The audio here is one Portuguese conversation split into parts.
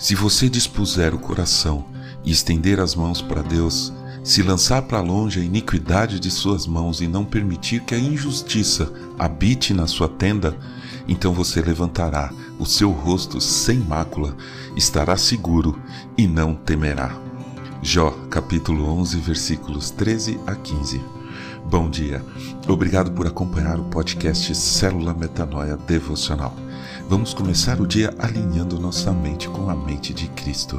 Se você dispuser o coração e estender as mãos para Deus, se lançar para longe a iniquidade de suas mãos e não permitir que a injustiça habite na sua tenda, então você levantará o seu rosto sem mácula, estará seguro e não temerá. Jó, capítulo 11, versículos 13 a 15. Bom dia. Obrigado por acompanhar o podcast Célula Metanoia Devocional. Vamos começar o dia alinhando nossa mente com a mente de Cristo.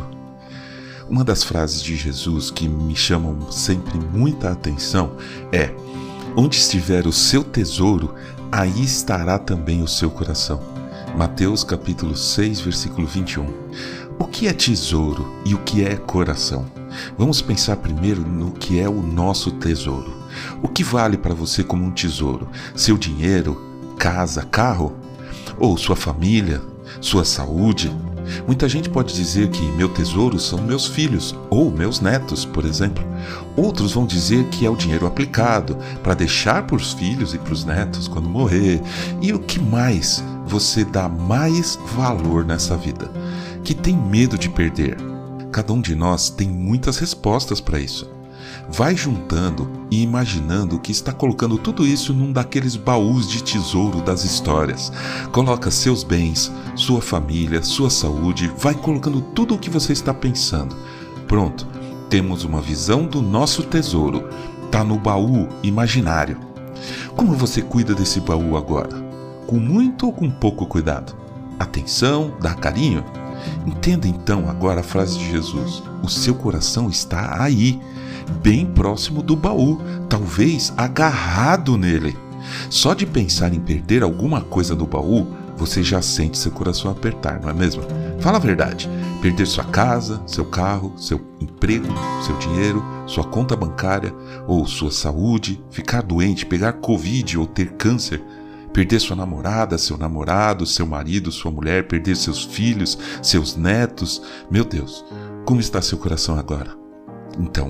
Uma das frases de Jesus que me chamam sempre muita atenção é: onde estiver o seu tesouro, aí estará também o seu coração. Mateus capítulo 6, versículo 21. O que é tesouro e o que é coração? Vamos pensar primeiro no que é o nosso tesouro. O que vale para você como um tesouro? Seu dinheiro, casa, carro? Ou sua família, sua saúde? Muita gente pode dizer que meu tesouro são meus filhos ou meus netos, por exemplo. Outros vão dizer que é o dinheiro aplicado para deixar para os filhos e para os netos quando morrer. E o que mais você dá mais valor nessa vida? Que tem medo de perder? Cada um de nós tem muitas respostas para isso. Vai juntando e imaginando que está colocando tudo isso num daqueles baús de tesouro das histórias. Coloca seus bens, sua família, sua saúde, vai colocando tudo o que você está pensando. Pronto, temos uma visão do nosso tesouro. Está no baú imaginário. Como você cuida desse baú agora? Com muito ou com pouco cuidado? Atenção, dá carinho? Entenda então agora a frase de Jesus. O seu coração está aí, bem próximo do baú, talvez agarrado nele. Só de pensar em perder alguma coisa do baú, você já sente seu coração apertar, não é mesmo? Fala a verdade. Perder sua casa, seu carro, seu emprego, seu dinheiro, sua conta bancária ou sua saúde, ficar doente, pegar Covid ou ter câncer, perder sua namorada, seu namorado, seu marido, sua mulher, perder seus filhos, seus netos. Meu Deus, como está seu coração agora? Então,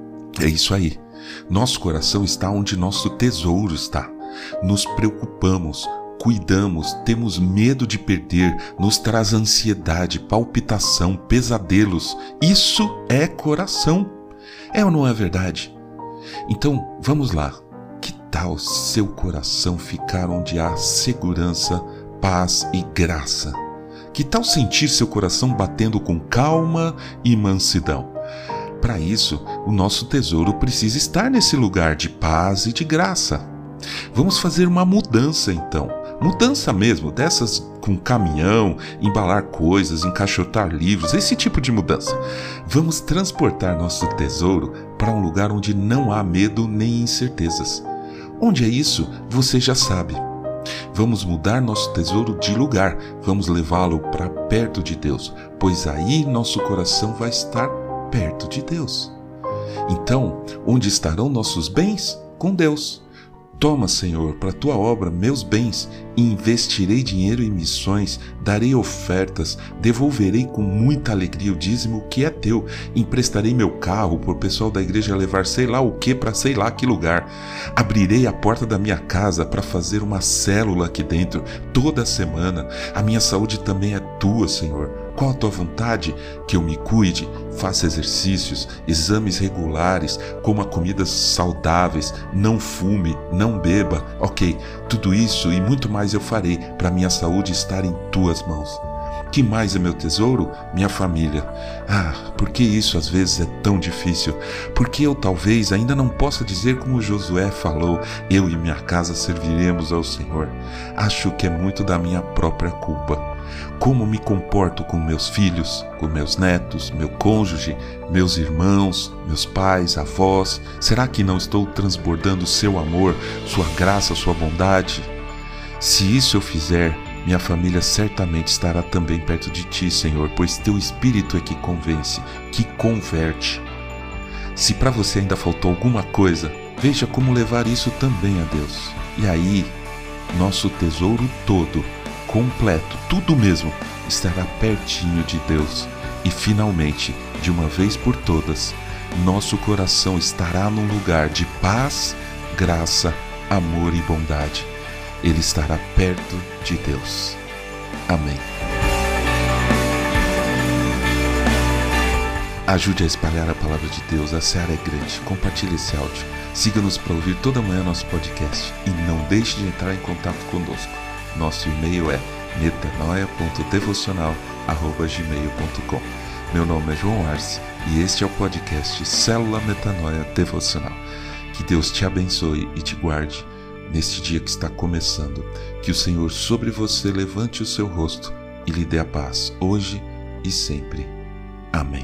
é isso aí. Nosso coração está onde nosso tesouro está. Nos preocupamos, cuidamos, temos medo de perder, nos traz ansiedade, palpitação, pesadelos. Isso é coração. É ou não é verdade? Então, vamos lá. Que tal seu coração ficar onde há segurança, paz e graça? Que tal sentir seu coração batendo com calma e mansidão? Para isso, o nosso tesouro precisa estar nesse lugar de paz e de graça. Vamos fazer uma mudança então. Mudança mesmo, dessas com caminhão, embalar coisas, encaixotar livros, esse tipo de mudança. Vamos transportar nosso tesouro para um lugar onde não há medo nem incertezas. Onde é isso, você já sabe. Vamos mudar nosso tesouro de lugar, vamos levá-lo para perto de Deus, pois aí nosso coração vai estar perto de Deus. Então, onde estarão nossos bens? Com Deus. Toma, Senhor, para a tua obra meus bens, e investirei dinheiro em missões, darei ofertas, devolverei com muita alegria o dízimo que é teu, emprestarei meu carro para o pessoal da igreja levar sei lá o que para sei lá que lugar. Abrirei a porta da minha casa para fazer uma célula aqui dentro toda semana. A minha saúde também é tua, Senhor. Qual a tua vontade? Que eu me cuide, faça exercícios, exames regulares, coma comidas saudáveis, não fume, não beba. Ok, tudo isso e muito mais eu farei para minha saúde estar em tuas mãos. Que mais é meu tesouro? Minha família. Por que isso às vezes é tão difícil? Porque eu talvez ainda não possa dizer como Josué falou: eu e minha casa serviremos ao Senhor. Acho que é muito da minha própria culpa. Como me comporto com meus filhos, com meus netos, meu cônjuge, meus irmãos, meus pais, avós? Será que não estou transbordando seu amor, sua graça, sua bondade? Se isso eu fizer, minha família certamente estará também perto de ti, Senhor, pois teu Espírito é que convence, que converte. Se para você ainda faltou alguma coisa, veja como levar isso também a Deus. E aí, nosso tesouro todo, completo, tudo mesmo, estará pertinho de Deus. E finalmente, de uma vez por todas, nosso coração estará num lugar de paz, graça, amor e bondade. Ele estará perto de Deus. Amém. Ajude a espalhar a palavra de Deus, a seara é grande. Compartilhe esse áudio. Siga-nos para ouvir toda manhã nosso podcast e não deixe de entrar em contato conosco. Nosso e-mail é metanoia.devocional@gmail.com. Meu nome é João Arce e este é o podcast Célula Metanoia Devocional. Que Deus te abençoe e te guarde neste dia que está começando. Que o Senhor sobre você levante o seu rosto e lhe dê a paz, hoje e sempre. Amém.